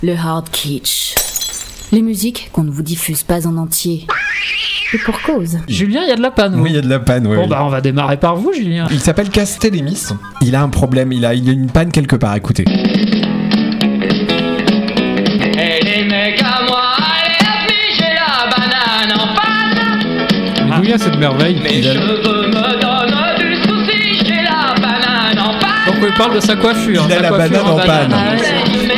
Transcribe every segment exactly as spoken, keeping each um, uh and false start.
Le hard kitsch. Les musiques qu'on ne vous diffuse pas en entier. Et pour cause. Julien, il y a de la panne. Oui, il y a de la panne. Ouais, bon, oui. bah, on va démarrer par vous, Julien. Il s'appelle Castellémis. Il a un problème. Il a, il a une panne quelque part. Écoutez. Et les mecs à moi, allez afficher la banane en panne. Mais d'où vient cette merveille? Mes cheveux me donnent du souci, j'ai la banane en panne. Donc, on parle de sa coiffure. Il a sa la coiffure banane en panne. Ah, ouais.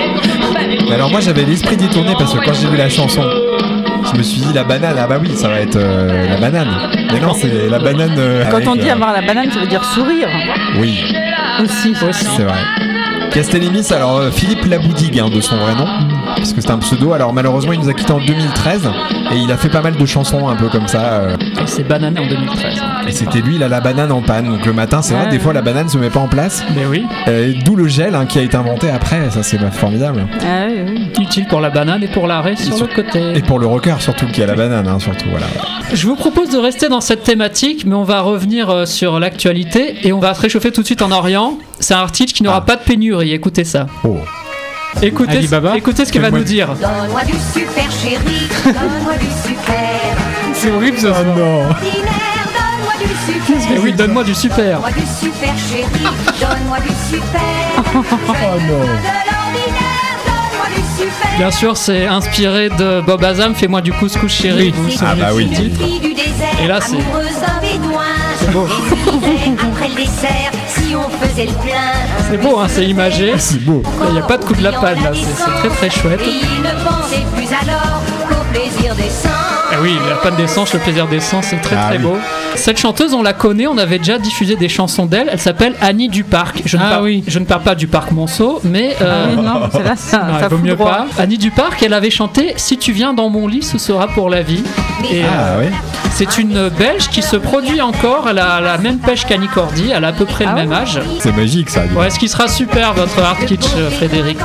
Mais alors moi j'avais l'esprit détourné parce que quand j'ai vu la chanson, je me suis dit la banane, ah bah oui, ça va être euh, la banane. Mais non, c'est la banane. Euh, Quand avec, on dit euh, avoir la banane, ça veut dire sourire Oui, aussi. c'est vrai. Castellémis, alors euh, Philippe Laboudigue hein, de son vrai nom, parce que c'est un pseudo. Alors malheureusement il nous a quitté en deux mille treize et il a fait pas mal de chansons un peu comme ça. Euh, Et c'est banané en deux mille treize. et c'était lui, il a la banane en panne. Donc le matin, c'est vrai, Ouais. des fois la banane se met pas en place. Mais oui, Euh, D'où le gel hein, qui a été inventé après. Ça c'est bah, formidable. Ah oui, oui. utile pour la banane et pour l'arrêt sur sur- le côté. Et pour le rocker surtout qui a la banane, hein, surtout voilà. Je vous propose de rester dans cette thématique, mais on va revenir euh, sur l'actualité et on va se réchauffer tout de suite en Orient. C'est un article qui n'aura Ah. pas de pénurie, écoutez ça. Oh. Écoutez, Alibaba. écoutez ce qu'il va Quel nous dire. Donne-moi du super chéri, donne-moi du super. C'est horrible ce Oh son. non. Ordinaire, donne-moi du super. Eh oui, donne-moi du super. Donne-moi du super chéri, donne-moi du super. Oh non. De l'ordinaire, donne-moi du super. Bien sûr, c'est inspiré de Bob Azam, Fais-moi du couscous chéri. Vous vous Ah souvenez bah de oui. ce titre Fille du désert, Et là, c'est- amoureuse d'un bédouin. C'est beau. Et après le dessert, si on faisait le plein. C'est beau, hein, c'est imagé. C'est beau. Il n'y a pas de coup de la panne là, c'est c'est très très chouette. Et il ne pensait plus alors qu'au plaisir des sens. Ah oui, la panne d'essence, le plaisir d'essence, c'est très Ah très oui. beau. Cette chanteuse, on la connaît, on avait déjà diffusé des chansons d'elle. Elle s'appelle Annie Duparc. Je ne, Ah parle, oui. je ne parle pas du parc Monceau, mais euh, Ah oui, non, celle-là, ça, non, ça il vaut fout mieux droit. pas. Annie Duparc, elle avait chanté Si tu viens dans mon lit, ce sera pour la vie. Et euh, Ah oui. c'est une Belge qui se produit encore. Elle a la même pêche qu'Annie Cordy. Elle a à peu près Ah le ouais. même âge. C'est magique ça. dis donc. Ouais, ce qui sera super, votre hard kitsch, euh, Frédéric.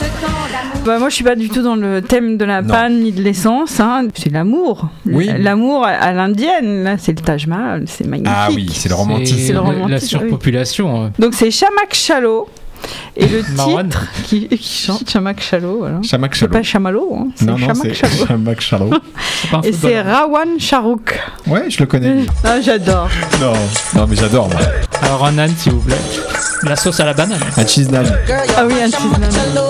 Bah, moi, je suis pas du tout dans le thème de la Non. panne ni de l'essence. Hein. C'est l'amour. Oui. L'amour à, à l'indienne. Là, c'est le Taj Mahal. C'est magnifique. Ah oui, c'est le romantisme. C'est le la- romantisme, La oui. surpopulation. euh. Donc, c'est Chamak Chalo. Et le Marwan. titre qui, qui chante Chamak Chalo. Voilà. Chamak C'est Chalo. pas Chamallow, hein. c'est Non, non, Chamak c'est Chalo. Chamak Chalo. C'est pas un Et c'est footballeur. Rawan Sharouk. Ouais, je le connais. lui. Ah, j'adore. Non, non, mais j'adore moi. Alors un âne, s'il vous plaît. La sauce à la banane. Un cheese naan. Ah oui, un cheese.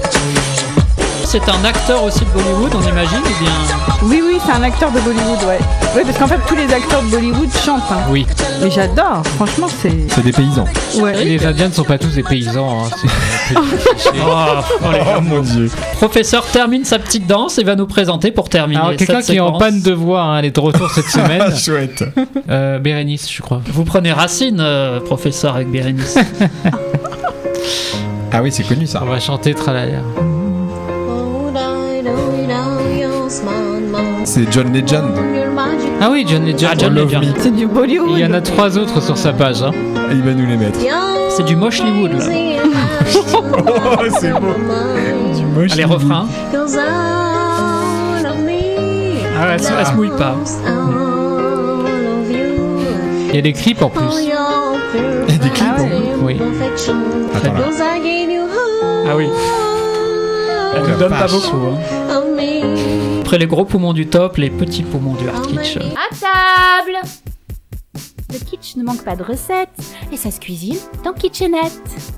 C'est un acteur aussi de Bollywood, on imagine, ou bien. Oui, oui, c'est un acteur de Bollywood, ouais. Oui, parce qu'en fait, tous les acteurs de Bollywood chantent. Hein. Oui. Mais j'adore. Franchement, c'est. C'est des paysans. Ouais. Et les Indiens ne sont pas tous des paysans. Hein. C'est un peu cliché. Oh, oh, les Oh mon dieu. Professeur termine sa petite danse et va nous présenter pour terminer. Alors quelqu'un cette qui est en séquence. panne de voix, hein, elle est de retour cette semaine. Ah, chouette. Euh, Bérénice, je crois. Vous prenez Racine, euh, professeur, avec Bérénice. Ah oui, c'est connu ça. On va chanter Tralala. C'est John Legend. Ah oui, John Legend. Ah, John Love Legend. Me. C'est du Bollywood. Il y en a trois autres sur sa page. Hein. Et il va nous les mettre. C'est du Moshlywood, là. Oh, c'est beau. Du moche. Allez, refrain. Ah, elle, se- elle se mouille pas. Il y a des clips en plus. Il y a des clips. Ah ouais. Oui. Attends là. Ah oui. Elle La nous donne pas vache. beaucoup. Hein. Après les gros poumons du top, les petits poumons du hard kitsch. À table. Le kitsch ne manque pas de recettes et ça se cuisine dans Kitchenette.